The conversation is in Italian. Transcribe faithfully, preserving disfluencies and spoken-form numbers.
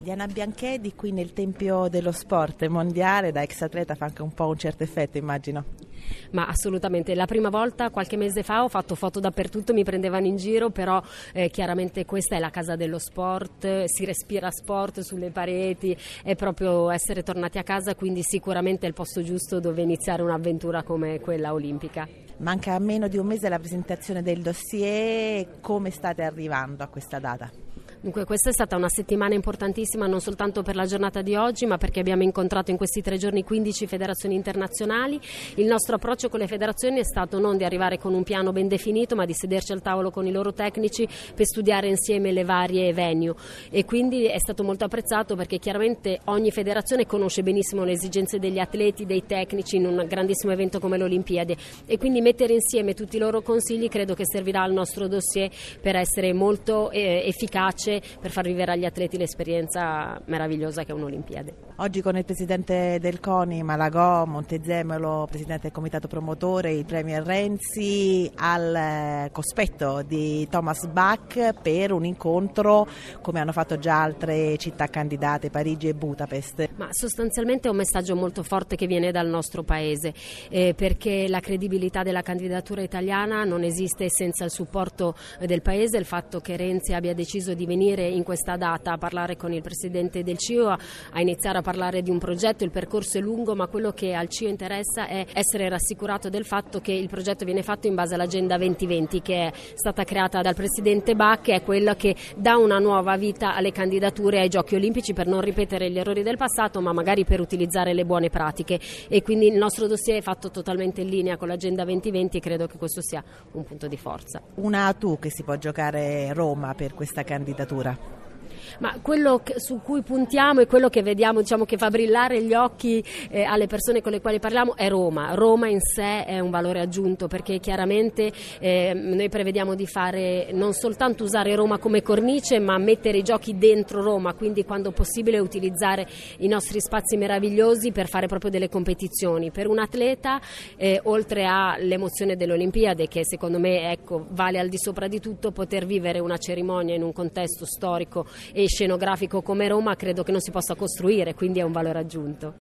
Diana Bianchedi qui nel Tempio dello Sport mondiale, da ex atleta fa anche un po' un certo effetto, immagino. Ma assolutamente, la prima volta qualche mese fa ho fatto foto dappertutto, mi prendevano in giro, però eh, chiaramente questa è la casa dello sport, si respira sport sulle pareti, è proprio essere tornati a casa, quindi sicuramente è il posto giusto dove iniziare un'avventura come quella olimpica. Manca meno di un mese la presentazione del dossier, come state arrivando a questa data? Dunque questa è stata una settimana importantissima non soltanto per la giornata di oggi, ma perché abbiamo incontrato in questi tre giorni quindici federazioni internazionali. Il nostro approccio con le federazioni è stato non di arrivare con un piano ben definito, ma di sederci al tavolo con i loro tecnici per studiare insieme le varie venue, e quindi è stato molto apprezzato perché chiaramente ogni federazione conosce benissimo le esigenze degli atleti, dei tecnici in un grandissimo evento come l'Olimpiade, e quindi mettere insieme tutti i loro consigli credo che servirà al nostro dossier per essere molto eh, efficace, per far vivere agli atleti l'esperienza meravigliosa che è un'Olimpiade. Oggi con il presidente del CONI Malagò, Montezemolo, presidente del comitato promotore, il premier Renzi, al cospetto di Thomas Bach per un incontro come hanno fatto già altre città candidate, Parigi e Budapest. Ma sostanzialmente è un messaggio molto forte che viene dal nostro paese, eh, perché la credibilità della candidatura italiana non esiste senza il supporto del paese. Il fatto che Renzi abbia deciso di venire in questa data a parlare con il presidente del C I O, a iniziare a parlare di un progetto, il percorso è lungo, ma quello che al C I O interessa è essere rassicurato del fatto che il progetto viene fatto in base all'Agenda duemilaventi che è stata creata dal presidente Bach, che è quella che dà una nuova vita alle candidature ai Giochi Olimpici per non ripetere gli errori del passato, ma magari per utilizzare le buone pratiche, e quindi il nostro dossier è fatto totalmente in linea con l'Agenda duemilaventi e credo che questo sia un punto di forza. Una tu che si può giocare Roma per questa candidatura? Ma quello su cui puntiamo e quello che vediamo, diciamo, che fa brillare gli occhi eh, alle persone con le quali parliamo è Roma. Roma in sé è un valore aggiunto, perché chiaramente eh, noi prevediamo di fare non soltanto usare Roma come cornice, ma mettere i giochi dentro Roma, quindi quando possibile utilizzare i nostri spazi meravigliosi per fare proprio delle competizioni. Per un atleta, eh, oltre all'emozione dell'Olimpiade, che secondo me ecco, vale al di sopra di tutto, poter vivere una cerimonia in un contesto storico e scenografico come Roma credo che non si possa costruire, quindi è un valore aggiunto.